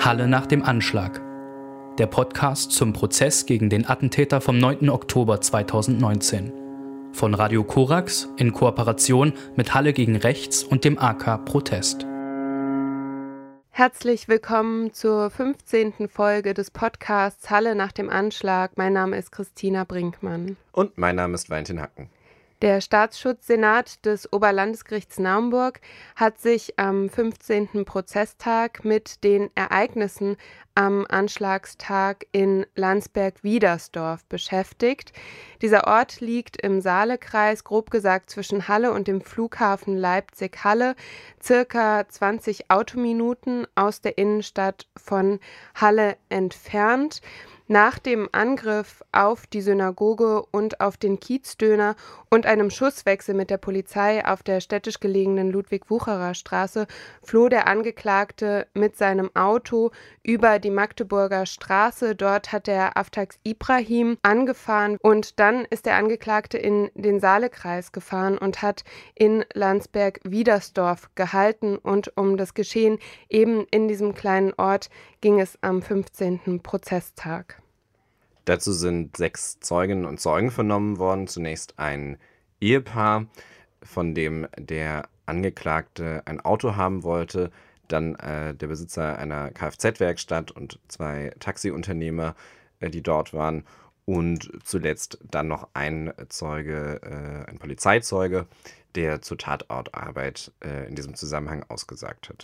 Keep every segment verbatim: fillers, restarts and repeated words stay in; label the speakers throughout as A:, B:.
A: Halle nach dem Anschlag. Der Podcast zum Prozess gegen den Attentäter vom neunten Oktober zweitausendneunzehn. Von Radio Korax in Kooperation mit Halle gegen Rechts und dem A K Protest.
B: Herzlich willkommen zur fünfzehnten Folge des Podcasts Halle nach dem Anschlag. Mein Name ist Christina Brinkmann.
C: Und mein Name ist Valentin Hacken.
B: Der Staatsschutzsenat des Oberlandesgerichts Naumburg hat sich am fünfzehnten Prozesstag mit den Ereignissen am Anschlagstag in Landsberg-Wiedersdorf beschäftigt. Dieser Ort liegt im Saalekreis, grob gesagt zwischen Halle und dem Flughafen Leipzig-Halle, circa zwanzig Autominuten aus der Innenstadt von Halle entfernt. Nach dem Angriff auf die Synagoge und auf den Kiezdöner und einem Schusswechsel mit der Polizei auf der städtisch gelegenen Ludwig-Wucherer-Straße floh der Angeklagte mit seinem Auto über die Magdeburger Straße. Dort hat der Aftax Ibrahim angefahren und dann ist der Angeklagte in den Saalekreis gefahren und hat in Landsberg-Wiedersdorf gehalten. Und um das Geschehen eben in diesem kleinen Ort ging es am fünfzehnten Prozesstag.
C: Dazu sind sechs Zeuginnen und Zeugen vernommen worden. Zunächst ein Ehepaar, von dem der Angeklagte ein Auto haben wollte, dann äh, der Besitzer einer Kfz-Werkstatt und zwei Taxiunternehmer, äh, die dort waren, und zuletzt dann noch ein Zeuge, äh, ein Polizeizeuge, der zur Tatortarbeit äh, in diesem Zusammenhang ausgesagt hat.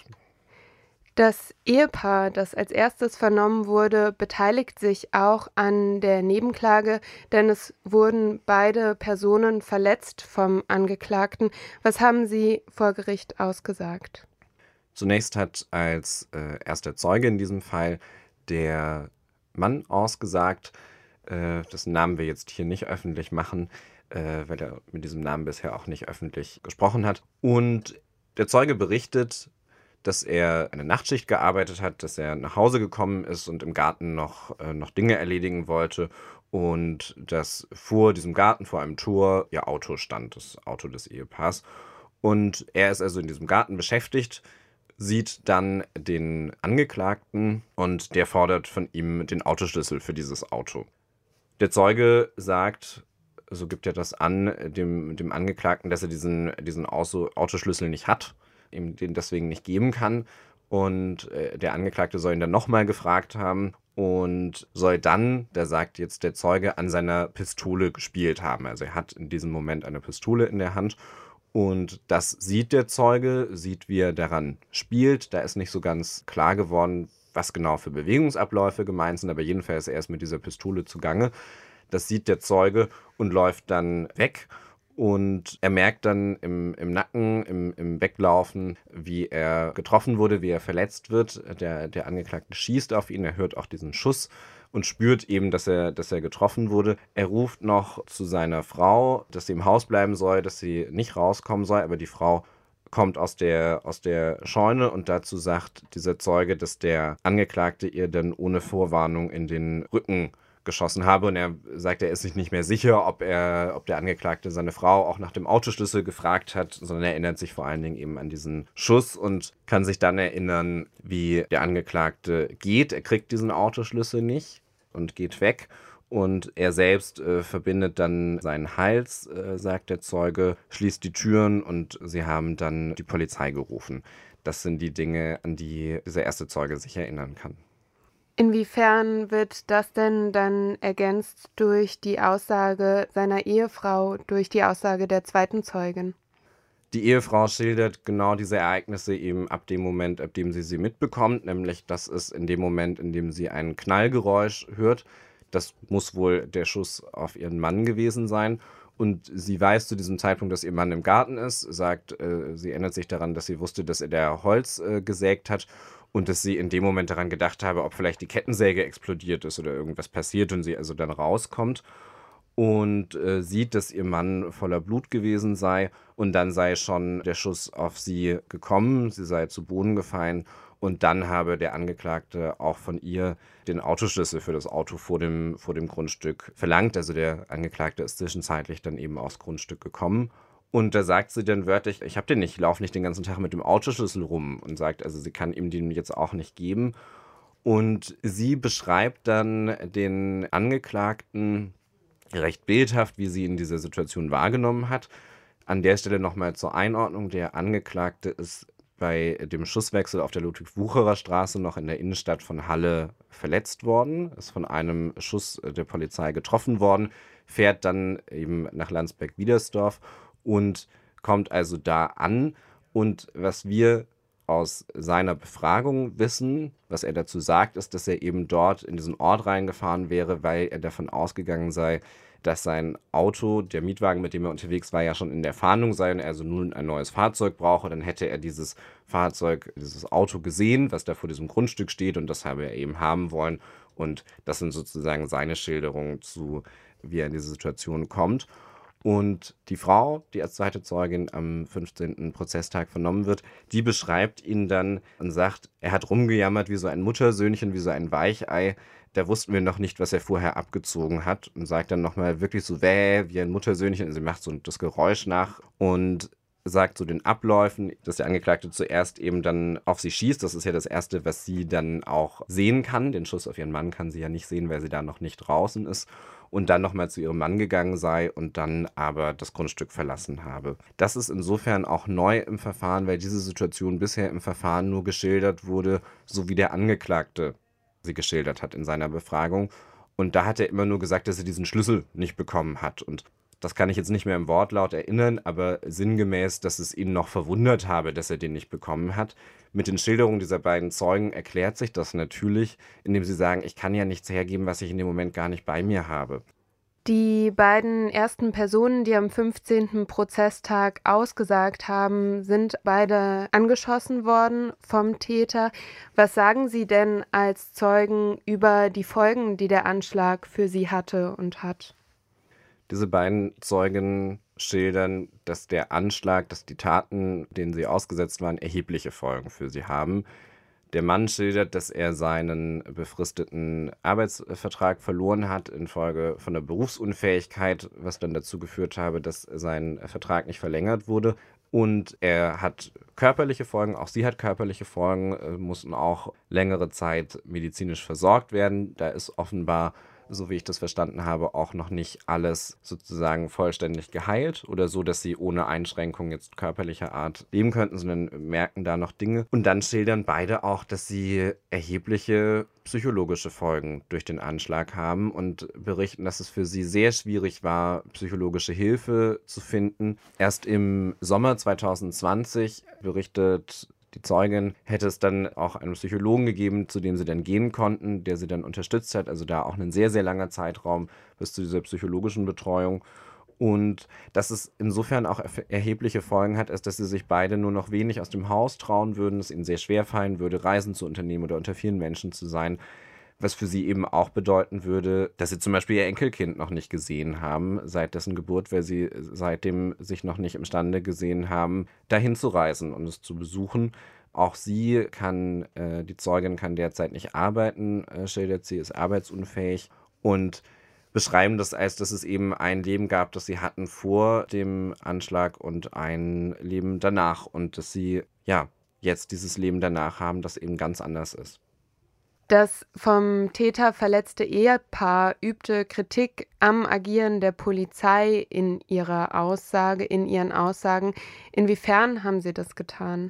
B: Das Ehepaar, das als erstes vernommen wurde, beteiligt sich auch an der Nebenklage, denn es wurden beide Personen verletzt vom Angeklagten. Was haben Sie vor Gericht ausgesagt?
C: Zunächst hat als äh, erster Zeuge in diesem Fall der Mann ausgesagt, äh, dessen Namen wir jetzt hier nicht öffentlich machen, äh, weil er mit diesem Namen bisher auch nicht öffentlich gesprochen hat. Und der Zeuge berichtet, dass er eine Nachtschicht gearbeitet hat, dass er nach Hause gekommen ist und im Garten noch, äh, noch Dinge erledigen wollte und dass vor diesem Garten, vor einem Tor, ihr Auto stand, das Auto des Ehepaars. Und er ist also in diesem Garten beschäftigt, sieht dann den Angeklagten und der fordert von ihm den Autoschlüssel für dieses Auto. Der Zeuge sagt, so gibt er das an, dem, dem Angeklagten, dass er diesen, diesen Auto, Autoschlüssel nicht hat, ihm den deswegen nicht geben kann. Und äh, der Angeklagte soll ihn dann nochmal gefragt haben und soll dann, da sagt jetzt der Zeuge, an seiner Pistole gespielt haben. Also er hat in diesem Moment eine Pistole in der Hand und das sieht der Zeuge, sieht, wie er daran spielt. Da ist nicht so ganz klar geworden, was genau für Bewegungsabläufe gemeint sind, aber jedenfalls er ist mit dieser Pistole zugange. Das sieht der Zeuge und läuft dann weg. Und er merkt dann im, im Nacken, im, im Weglaufen, wie er getroffen wurde, wie er verletzt wird. Der, der Angeklagte schießt auf ihn, er hört auch diesen Schuss und spürt eben, dass er, dass er getroffen wurde. Er ruft noch zu seiner Frau, dass sie im Haus bleiben soll, dass sie nicht rauskommen soll, aber die Frau kommt aus der, aus der Scheune und dazu sagt dieser Zeuge, dass der Angeklagte ihr dann ohne Vorwarnung in den Rücken geschossen habe, und er sagt, er ist sich nicht mehr sicher, ob er, ob der Angeklagte seine Frau auch nach dem Autoschlüssel gefragt hat, sondern er erinnert sich vor allen Dingen eben an diesen Schuss und kann sich dann erinnern, wie der Angeklagte geht. Er kriegt diesen Autoschlüssel nicht und geht weg und er selbst äh, verbindet dann seinen Hals, äh, sagt der Zeuge, schließt die Türen und sie haben dann die Polizei gerufen. Das sind die Dinge, an die dieser erste Zeuge sich erinnern kann.
B: Inwiefern wird das denn dann ergänzt durch die Aussage seiner Ehefrau, durch die Aussage der zweiten Zeugin?
C: Die Ehefrau schildert genau diese Ereignisse eben ab dem Moment, ab dem sie sie mitbekommt, nämlich dass es in dem Moment, in dem sie ein Knallgeräusch hört, das muss wohl der Schuss auf ihren Mann gewesen sein. Und sie weiß zu diesem Zeitpunkt, dass ihr Mann im Garten ist, sagt, äh, sie erinnert sich daran, dass sie wusste, dass er der Holz äh, gesägt hat und dass sie in dem Moment daran gedacht habe, ob vielleicht die Kettensäge explodiert ist oder irgendwas passiert und sie also dann rauskommt und äh, sieht, dass ihr Mann voller Blut gewesen sei und dann sei schon der Schuss auf sie gekommen, sie sei zu Boden gefallen und dann habe der Angeklagte auch von ihr den Autoschlüssel für das Auto vor dem, vor dem Grundstück verlangt. Also der Angeklagte ist zwischenzeitlich dann eben aufs Grundstück gekommen. Und da sagt sie dann wörtlich, ich habe den nicht, ich laufe nicht den ganzen Tag mit dem Autoschlüssel rum. Und sagt, also sie kann ihm den jetzt auch nicht geben. Und sie beschreibt dann den Angeklagten recht bildhaft, wie sie in dieser Situation wahrgenommen hat. An der Stelle nochmal zur Einordnung: Der Angeklagte ist bei dem Schusswechsel auf der Ludwig-Wucherer-Straße noch in der Innenstadt von Halle verletzt worden, ist von einem Schuss der Polizei getroffen worden, fährt dann eben nach Landsberg-Wiedersdorf und kommt also da an. Und was wir aus seiner Befragung wissen, was er dazu sagt, ist, dass er eben dort in diesen Ort reingefahren wäre, weil er davon ausgegangen sei, dass sein Auto, der Mietwagen, mit dem er unterwegs war, ja schon in der Fahndung sei und er also nun ein neues Fahrzeug brauche. Dann hätte er dieses Fahrzeug, dieses Auto gesehen, was da vor diesem Grundstück steht, und das habe er eben haben wollen. Und das sind sozusagen seine Schilderungen zu, wie er in diese Situation kommt. Und die Frau, die als zweite Zeugin am fünfzehnten Prozesstag vernommen wird, die beschreibt ihn dann und sagt, er hat rumgejammert wie so ein Muttersöhnchen, wie so ein Weichei. Da wussten wir noch nicht, was er vorher abgezogen hat, und sagt dann nochmal wirklich so wäh, wie ein Muttersöhnchen. Sie macht so das Geräusch nach und sagt zu den Abläufen, dass der Angeklagte zuerst eben dann auf sie schießt. Das ist ja das Erste, was sie dann auch sehen kann. Den Schuss auf ihren Mann kann sie ja nicht sehen, weil sie da noch nicht draußen ist. Und dann nochmal zu ihrem Mann gegangen sei und dann aber das Grundstück verlassen habe. Das ist insofern auch neu im Verfahren, weil diese Situation bisher im Verfahren nur geschildert wurde, so wie der Angeklagte sie geschildert hat in seiner Befragung. Und da hat er immer nur gesagt, dass er diesen Schlüssel nicht bekommen hat. Und das kann ich jetzt nicht mehr im Wortlaut erinnern, aber sinngemäß, dass es ihn noch verwundert habe, dass er den nicht bekommen hat. Mit den Schilderungen dieser beiden Zeugen erklärt sich das natürlich, indem sie sagen, ich kann ja nichts hergeben, was ich in dem Moment gar nicht bei mir habe.
B: Die beiden ersten Personen, die am fünfzehnten Prozesstag ausgesagt haben, sind beide angeschossen worden vom Täter. Was sagen Sie denn als Zeugen über die Folgen, die der Anschlag für Sie hatte und hat?
C: Diese beiden Zeugen schildern, dass der Anschlag, dass die Taten, denen sie ausgesetzt waren, erhebliche Folgen für sie haben. Der Mann schildert, dass er seinen befristeten Arbeitsvertrag verloren hat infolge von der Berufsunfähigkeit, was dann dazu geführt habe, dass sein Vertrag nicht verlängert wurde. Und er hat körperliche Folgen, auch sie hat körperliche Folgen, mussten auch längere Zeit medizinisch versorgt werden. Da ist offenbar, so wie ich das verstanden habe, auch noch nicht alles sozusagen vollständig geheilt oder so, dass sie ohne Einschränkung jetzt körperlicher Art leben könnten, sondern merken da noch Dinge. Und dann schildern beide auch, dass sie erhebliche psychologische Folgen durch den Anschlag haben und berichten, dass es für sie sehr schwierig war, psychologische Hilfe zu finden. Erst im Sommer zwanzig zwanzig berichtet die Zeugin, hätte es dann auch einen Psychologen gegeben, zu dem sie dann gehen konnten, der sie dann unterstützt hat. Also da auch ein sehr, sehr langer Zeitraum bis zu dieser psychologischen Betreuung. Und dass es insofern auch erhebliche Folgen hat, ist, dass sie sich beide nur noch wenig aus dem Haus trauen würden, es ihnen sehr schwer fallen würde, Reisen zu unternehmen oder unter vielen Menschen zu sein. Was für sie eben auch bedeuten würde, dass sie zum Beispiel ihr Enkelkind noch nicht gesehen haben, seit dessen Geburt, weil sie seitdem sich noch nicht imstande gesehen haben, dahin zu reisen und es zu besuchen. Auch sie kann, äh, die Zeugin kann derzeit nicht arbeiten, äh, schildert sie, ist arbeitsunfähig und beschreiben das als, dass es eben ein Leben gab, das sie hatten vor dem Anschlag und ein Leben danach und dass sie, ja, jetzt dieses Leben danach haben, das eben ganz anders ist.
B: Das vom Täter verletzte Ehepaar übte Kritik am Agieren der Polizei in ihrer Aussage, in ihren Aussagen. Inwiefern haben sie das getan?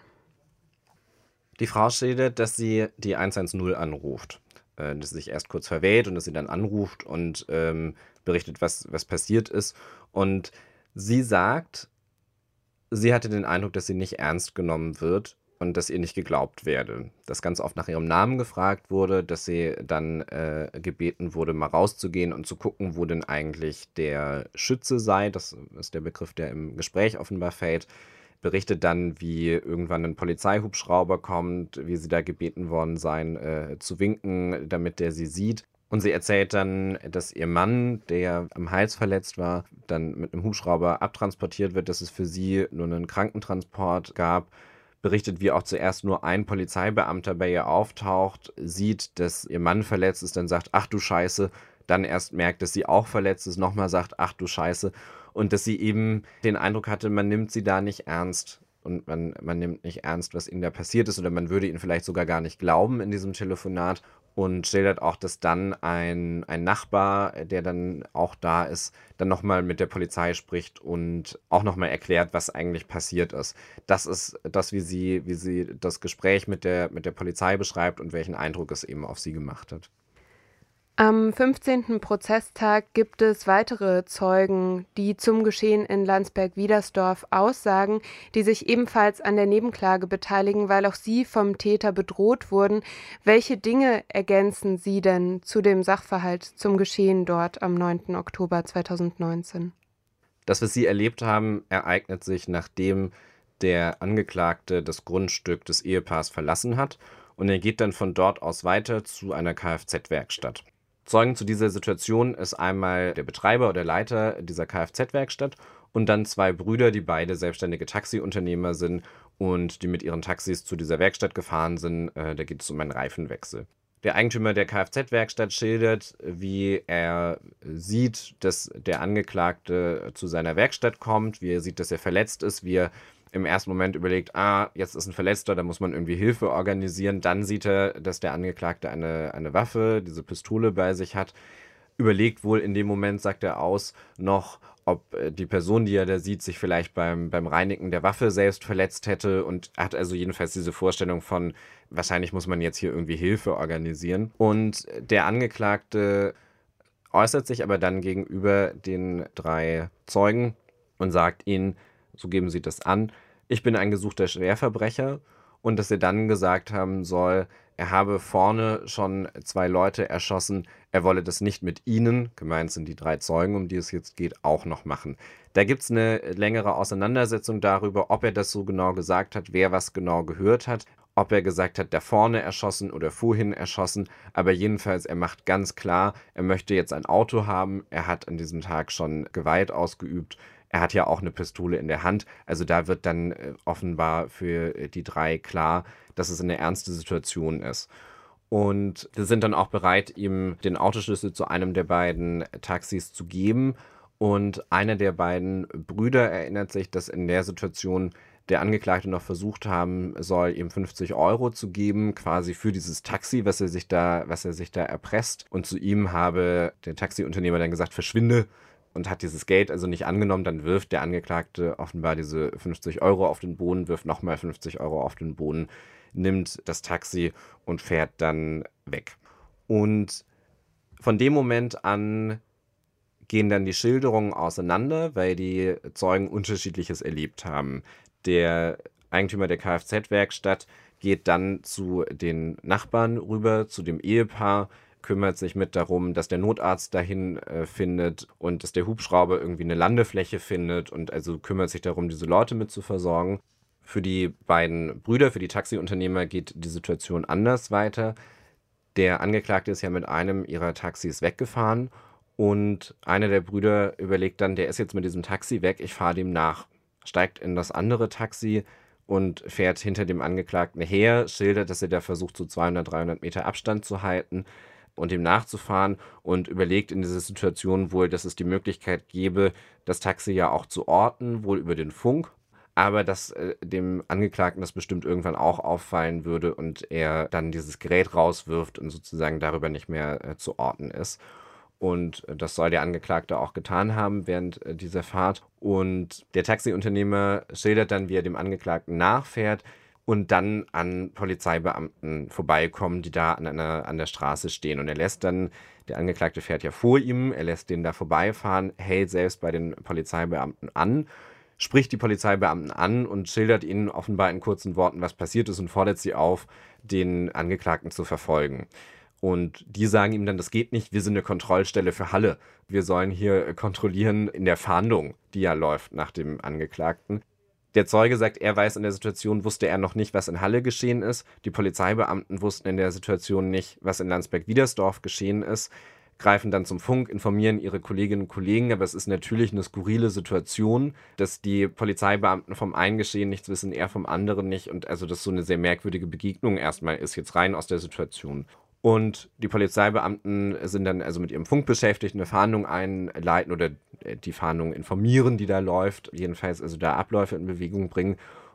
C: Die Frau schildert, dass sie die hundertzehn anruft, äh, dass sie sich erst kurz verwählt und dass sie dann anruft und ähm, berichtet, was, was passiert ist. Und sie sagt, sie hatte den Eindruck, dass sie nicht ernst genommen wird und dass ihr nicht geglaubt werde. Dass ganz oft nach ihrem Namen gefragt wurde, dass sie dann äh, gebeten wurde, mal rauszugehen und zu gucken, wo denn eigentlich der Schütze sei. Das ist der Begriff, der im Gespräch offenbar fällt. Berichtet dann, wie irgendwann ein Polizeihubschrauber kommt, wie sie da gebeten worden seien, äh, zu winken, damit der sie sieht. Und sie erzählt dann, dass ihr Mann, der am Hals verletzt war, dann mit einem Hubschrauber abtransportiert wird, dass es für sie nur einen Krankentransport gab. Berichtet, wie auch zuerst nur ein Polizeibeamter bei ihr auftaucht, sieht, dass ihr Mann verletzt ist, dann sagt, ach du Scheiße, dann erst merkt, dass sie auch verletzt ist, nochmal sagt, ach du Scheiße, und dass sie eben den Eindruck hatte, man nimmt sie da nicht ernst und man, man nimmt nicht ernst, was ihnen da passiert ist, oder man würde ihnen vielleicht sogar gar nicht glauben in diesem Telefonat, und schildert auch, dass dann ein, ein Nachbar, der dann auch da ist, dann nochmal mit der Polizei spricht und auch nochmal erklärt, was eigentlich passiert ist. Das ist das, wie sie, wie sie das Gespräch mit der, mit der Polizei beschreibt und welchen Eindruck es eben auf sie gemacht hat.
B: Am fünfzehnten Prozesstag gibt es weitere Zeugen, die zum Geschehen in Landsberg-Wiedersdorf aussagen, die sich ebenfalls an der Nebenklage beteiligen, weil auch sie vom Täter bedroht wurden. Welche Dinge ergänzen Sie denn zu dem Sachverhalt zum Geschehen dort am neunten Oktober zweitausendneunzehn?
C: Das, was Sie erlebt haben, ereignet sich, nachdem der Angeklagte das Grundstück des Ehepaars verlassen hat, und er geht dann von dort aus weiter zu einer Kfz-Werkstatt. Zeugen zu dieser Situation ist einmal der Betreiber oder Leiter dieser Kfz-Werkstatt und dann zwei Brüder, die beide selbstständige Taxiunternehmer sind und die mit ihren Taxis zu dieser Werkstatt gefahren sind. Äh, da geht es um einen Reifenwechsel. Der Eigentümer der Kfz-Werkstatt schildert, wie er sieht, dass der Angeklagte zu seiner Werkstatt kommt, wie er sieht, dass er verletzt ist, wie er im ersten Moment überlegt, ah, jetzt ist ein Verletzter, da muss man irgendwie Hilfe organisieren. Dann sieht er, dass der Angeklagte eine, eine Waffe, diese Pistole bei sich hat. Überlegt wohl in dem Moment, sagt er aus, noch, ob die Person, die er da sieht, sich vielleicht beim, beim Reinigen der Waffe selbst verletzt hätte, und hat also jedenfalls diese Vorstellung von, wahrscheinlich muss man jetzt hier irgendwie Hilfe organisieren. Und der Angeklagte äußert sich aber dann gegenüber den drei Zeugen und sagt ihnen, so geben sie das an, ich bin ein gesuchter Schwerverbrecher, und dass er dann gesagt haben soll, er habe vorne schon zwei Leute erschossen, er wolle das nicht mit ihnen, gemeint sind die drei Zeugen, um die es jetzt geht, auch noch machen. Da gibt es eine längere Auseinandersetzung darüber, ob er das so genau gesagt hat, wer was genau gehört hat, ob er gesagt hat, da vorne erschossen oder vorhin erschossen, aber jedenfalls, er macht ganz klar, er möchte jetzt ein Auto haben, er hat an diesem Tag schon Gewalt ausgeübt, er hat ja auch eine Pistole in der Hand, also da wird dann äh, offenbar für äh, die drei klar, dass es eine ernste Situation ist. Und sie sind dann auch bereit, ihm den Autoschlüssel zu einem der beiden Taxis zu geben. Und einer der beiden Brüder erinnert sich, dass in der Situation der Angeklagte noch versucht haben soll, ihm fünfzig Euro zu geben, quasi für dieses Taxi, was er sich da, was er sich da erpresst. Und zu ihm habe der Taxiunternehmer dann gesagt, verschwinde, und hat dieses Geld also nicht angenommen. Dann wirft der Angeklagte offenbar diese fünfzig Euro auf den Boden, wirft nochmal fünfzig Euro auf den Boden, nimmt das Taxi und fährt dann weg. Und von dem Moment an gehen dann die Schilderungen auseinander, weil die Zeugen Unterschiedliches erlebt haben. Der Eigentümer der Kfz-Werkstatt geht dann zu den Nachbarn rüber, zu dem Ehepaar, kümmert sich mit darum, dass der Notarzt dahin äh, findet und dass der Hubschrauber irgendwie eine Landefläche findet, und also kümmert sich darum, diese Leute mit zu versorgen. Für die beiden Brüder, für die Taxiunternehmer geht die Situation anders weiter. Der Angeklagte ist ja mit einem ihrer Taxis weggefahren, und einer der Brüder überlegt dann, der ist jetzt mit diesem Taxi weg, ich fahre dem nach. Steigt in das andere Taxi und fährt hinter dem Angeklagten her, schildert, dass er da versucht, so zweihundert, dreihundert Meter Abstand zu halten und ihm nachzufahren, und überlegt in dieser Situation wohl, dass es die Möglichkeit gäbe, das Taxi ja auch zu orten, wohl über den Funk, aber dass äh, dem Angeklagten das bestimmt irgendwann auch auffallen würde und er dann dieses Gerät rauswirft und sozusagen darüber nicht mehr äh, zu orten ist. Und äh, das soll der Angeklagte auch getan haben während äh, dieser Fahrt. Und der Taxiunternehmer schildert dann, wie er dem Angeklagten nachfährt und dann an Polizeibeamten vorbeikommen, die da an, einer, an der Straße stehen. Und er lässt dann, der Angeklagte fährt ja vor ihm, er lässt den da vorbeifahren, hält selbst bei den Polizeibeamten an, spricht die Polizeibeamten an und schildert ihnen offenbar in kurzen Worten, was passiert ist, und fordert sie auf, den Angeklagten zu verfolgen. Und die sagen ihm dann, das geht nicht, wir sind eine Kontrollstelle für Halle. Wir sollen hier kontrollieren in der Fahndung, die ja läuft nach dem Angeklagten. Der Zeuge sagt, er weiß, in der Situation wusste er noch nicht, was in Halle geschehen ist. Die Polizeibeamten wussten in der Situation nicht, was in Landsberg-Wiedersdorf geschehen ist, greifen dann zum Funk, informieren ihre Kolleginnen und Kollegen, aber es ist natürlich eine skurrile Situation, dass die Polizeibeamten vom einen Geschehen nichts wissen, er vom anderen nicht, und also das so eine sehr merkwürdige Begegnung erstmal ist, jetzt rein aus der Situation. Und die Polizeibeamten sind dann also mit ihrem Funk beschäftigt, eine Fahndung einleiten oder die Fahndung informieren, die da läuft, jedenfalls also da Abläufe in Bewegung bringen.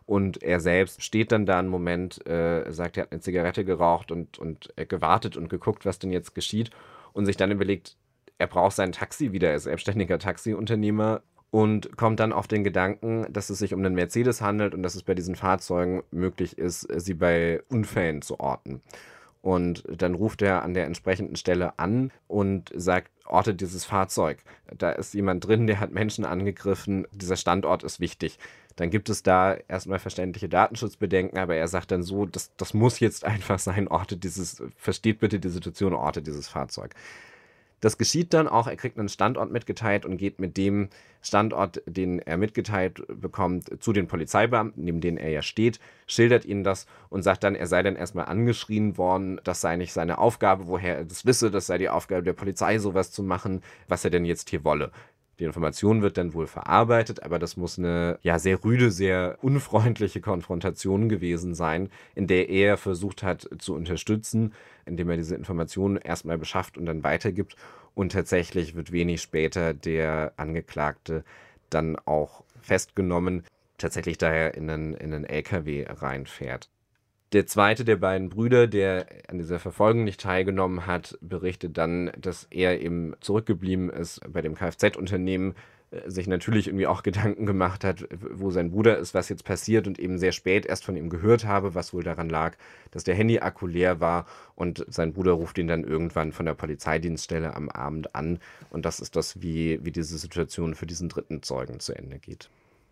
C: Und er selbst steht dann da einen Moment, äh, sagt, er hat eine Zigarette geraucht und, und äh, gewartet und geguckt, was denn jetzt geschieht. Und sich dann überlegt, er braucht sein Taxi wieder, er ist selbstständiger Taxiunternehmer. Und kommt dann auf den Gedanken, dass es sich um einen Mercedes handelt und dass es bei diesen Fahrzeugen möglich ist, sie bei Unfällen zu orten. Und dann ruft er an der entsprechenden Stelle an und sagt, ortet dieses Fahrzeug. Da ist jemand drin, der hat Menschen angegriffen, dieser Standort ist wichtig. Dann gibt es da erstmal verständliche Datenschutzbedenken, aber er sagt dann so, das, das muss jetzt einfach sein, ortet dieses, versteht bitte die Situation, ortet dieses Fahrzeug. Das geschieht dann auch, er kriegt einen Standort mitgeteilt und geht mit dem Standort, den er mitgeteilt bekommt, zu den Polizeibeamten, neben denen er ja steht, schildert ihnen das und sagt dann, er sei dann erstmal angeschrien worden, das sei nicht seine Aufgabe, woher er das wisse, das sei die Aufgabe der Polizei, sowas zu machen, was er denn jetzt hier wolle. Die Information wird dann wohl verarbeitet, aber das muss eine ja sehr rüde, sehr unfreundliche Konfrontation gewesen sein, in der er versucht hat zu unterstützen, indem er diese Informationen erstmal beschafft und dann weitergibt. Und tatsächlich wird wenig später der Angeklagte dann auch festgenommen, tatsächlich daher in einen, in einen L K W reinfährt. Der zweite der beiden Brüder, der an dieser Verfolgung nicht teilgenommen hat, berichtet dann, dass er eben zurückgeblieben ist bei dem Kfz-Unternehmen, sich natürlich irgendwie auch Gedanken gemacht hat, wo sein Bruder ist, was jetzt passiert und eben sehr spät erst von ihm gehört habe, was wohl daran lag, dass der Handy-Akku leer war und sein Bruder ruft ihn dann irgendwann von der Polizeidienststelle am Abend an und das ist das, wie, wie diese Situation für diesen dritten Zeugen zu Ende geht.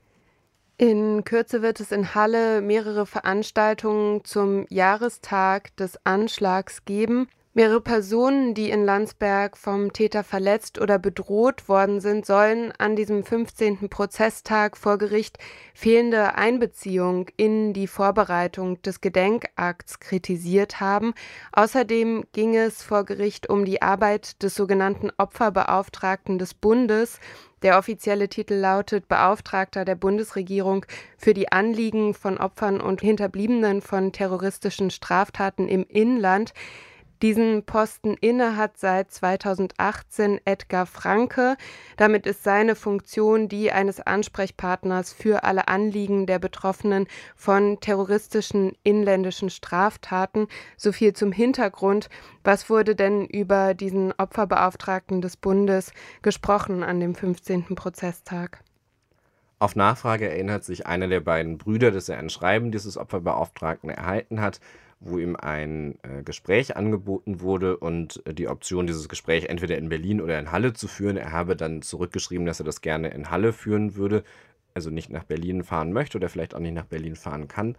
B: In Kürze wird es in Halle mehrere Veranstaltungen zum Jahrestag des Anschlags geben. Mehrere Personen, die in Landsberg vom Täter verletzt oder bedroht worden sind, sollen an diesem fünfzehnten Prozesstag vor Gericht fehlende Einbeziehung in die Vorbereitung des Gedenkakts kritisiert haben. Außerdem ging es vor Gericht um die Arbeit des sogenannten Opferbeauftragten des Bundes. Der offizielle Titel lautet Beauftragter der Bundesregierung für die Anliegen von Opfern und Hinterbliebenen von terroristischen Straftaten im Inland. Diesen Posten inne hat seit zweitausendachtzehn Edgar Franke. Damit ist seine Funktion die eines Ansprechpartners für alle Anliegen der Betroffenen von terroristischen inländischen Straftaten. So viel zum Hintergrund. Was wurde denn über diesen Opferbeauftragten des Bundes gesprochen an dem fünfzehnten Prozesstag?
C: Auf Nachfrage erinnert sich einer der beiden Brüder, dass er ein Schreiben dieses Opferbeauftragten erhalten hat, wo ihm ein äh, Gespräch angeboten wurde und äh, die Option, dieses Gespräch entweder in Berlin oder in Halle zu führen. Er habe dann zurückgeschrieben, dass er das gerne in Halle führen würde, also nicht nach Berlin fahren möchte oder vielleicht auch nicht nach Berlin fahren kann.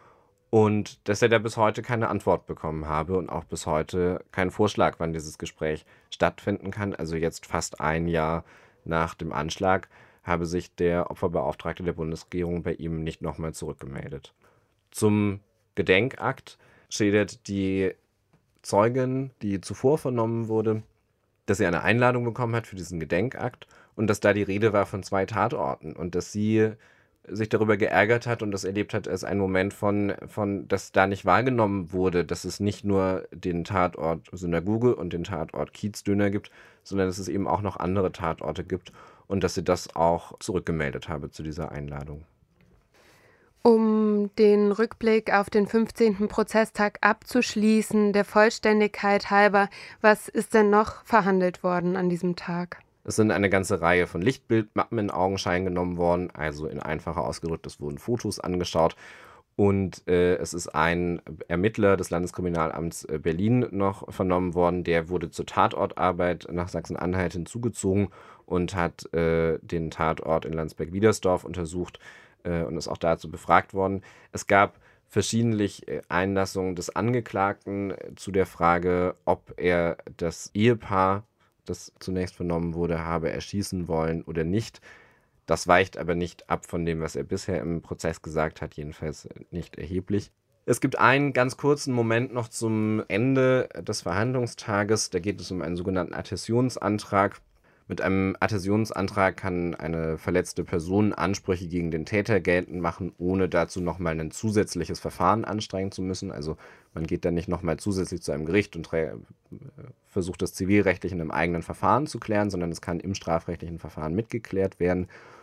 C: Und dass er da bis heute keine Antwort bekommen habe und auch bis heute keinen Vorschlag, wann dieses Gespräch stattfinden kann. Also jetzt fast ein Jahr nach dem Anschlag habe sich der Opferbeauftragte der Bundesregierung bei ihm nicht nochmal zurückgemeldet. Zum Gedenkakt schildert die Zeugin, die zuvor vernommen wurde, dass sie eine Einladung bekommen hat für diesen Gedenkakt und dass da die Rede war von zwei Tatorten und dass sie sich darüber geärgert hat und das erlebt hat als ein Moment von, von, dass da nicht wahrgenommen wurde, dass es nicht nur den Tatort Synagoge und den Tatort Kiezdöner gibt, sondern dass es eben auch noch andere Tatorte gibt und dass sie das auch zurückgemeldet habe zu dieser Einladung.
B: Um den Rückblick auf den fünfzehnten Prozesstag abzuschließen, der Vollständigkeit halber, was ist denn noch verhandelt worden an diesem Tag?
C: Es sind eine ganze Reihe von Lichtbildmappen in Augenschein genommen worden, also in einfacher ausgedrückt, es wurden Fotos angeschaut und äh, es ist ein Ermittler des Landeskriminalamts Berlin noch vernommen worden, der wurde zur Tatortarbeit nach Sachsen-Anhalt hinzugezogen und hat äh, den Tatort in Landsberg-Wiedersdorf untersucht äh, und ist auch dazu befragt worden. Es gab verschiedentlich Einlassungen des Angeklagten zu der Frage, ob er das Ehepaar, das zunächst vernommen wurde, habe erschießen wollen oder nicht. Das weicht aber nicht ab von dem, was er bisher im Prozess gesagt hat, jedenfalls nicht erheblich. Es gibt einen ganz kurzen Moment noch zum Ende des Verhandlungstages. Da geht es um einen sogenannten Adhäsionsantrag. Mit einem Adhäsionsantrag kann eine verletzte Person Ansprüche gegen den Täter geltend machen, ohne dazu nochmal ein zusätzliches Verfahren anstrengen zu müssen. Also man geht dann nicht nochmal zusätzlich zu einem Gericht und versucht das zivilrechtlich in einem eigenen Verfahren zu klären, sondern es kann im strafrechtlichen Verfahren mitgeklärt werden.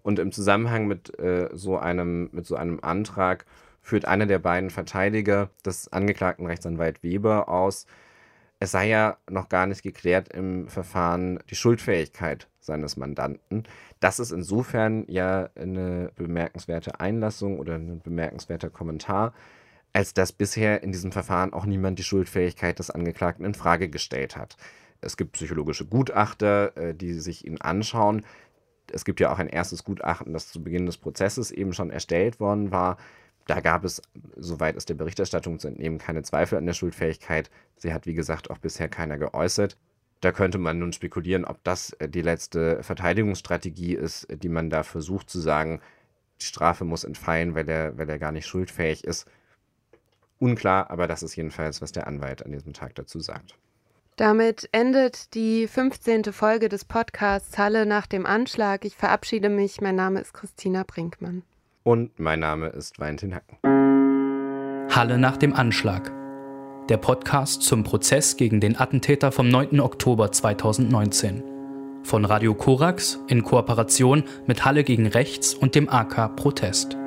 C: Und im Zusammenhang mit, äh, so einem, mit so einem Antrag führt einer der beiden Verteidiger des Angeklagten Rechtsanwalt Weber aus, es sei ja noch gar nicht geklärt im Verfahren die Schuldfähigkeit seines Mandanten. Das ist insofern ja eine bemerkenswerte Einlassung oder ein bemerkenswerter Kommentar, als dass bisher in diesem Verfahren auch niemand die Schuldfähigkeit des Angeklagten in Frage gestellt hat. Es gibt psychologische Gutachter, die sich ihn anschauen. Es gibt ja auch ein erstes Gutachten, das zu Beginn des Prozesses eben schon erstellt worden war. Da gab es, soweit es der Berichterstattung zu entnehmen, keine Zweifel an der Schuldfähigkeit. Sie hat, wie gesagt, auch bisher keiner geäußert. Da könnte man nun spekulieren, ob das die letzte Verteidigungsstrategie ist, die man da versucht zu sagen, die Strafe muss entfallen, weil er, weil er gar nicht schuldfähig ist. Unklar, aber das ist jedenfalls, was der Anwalt an diesem Tag dazu sagt.
B: Damit endet die fünfzehnte Folge des Podcasts Halle nach dem Anschlag. Ich verabschiede mich. Mein Name ist Christina Brinkmann.
C: Und mein Name ist Valentin Hacken.
A: Halle nach dem Anschlag. Der Podcast zum Prozess gegen den Attentäter vom neunten Oktober zweitausendneunzehn. Von Radio Korax in Kooperation mit Halle gegen Rechts und dem A K Protest.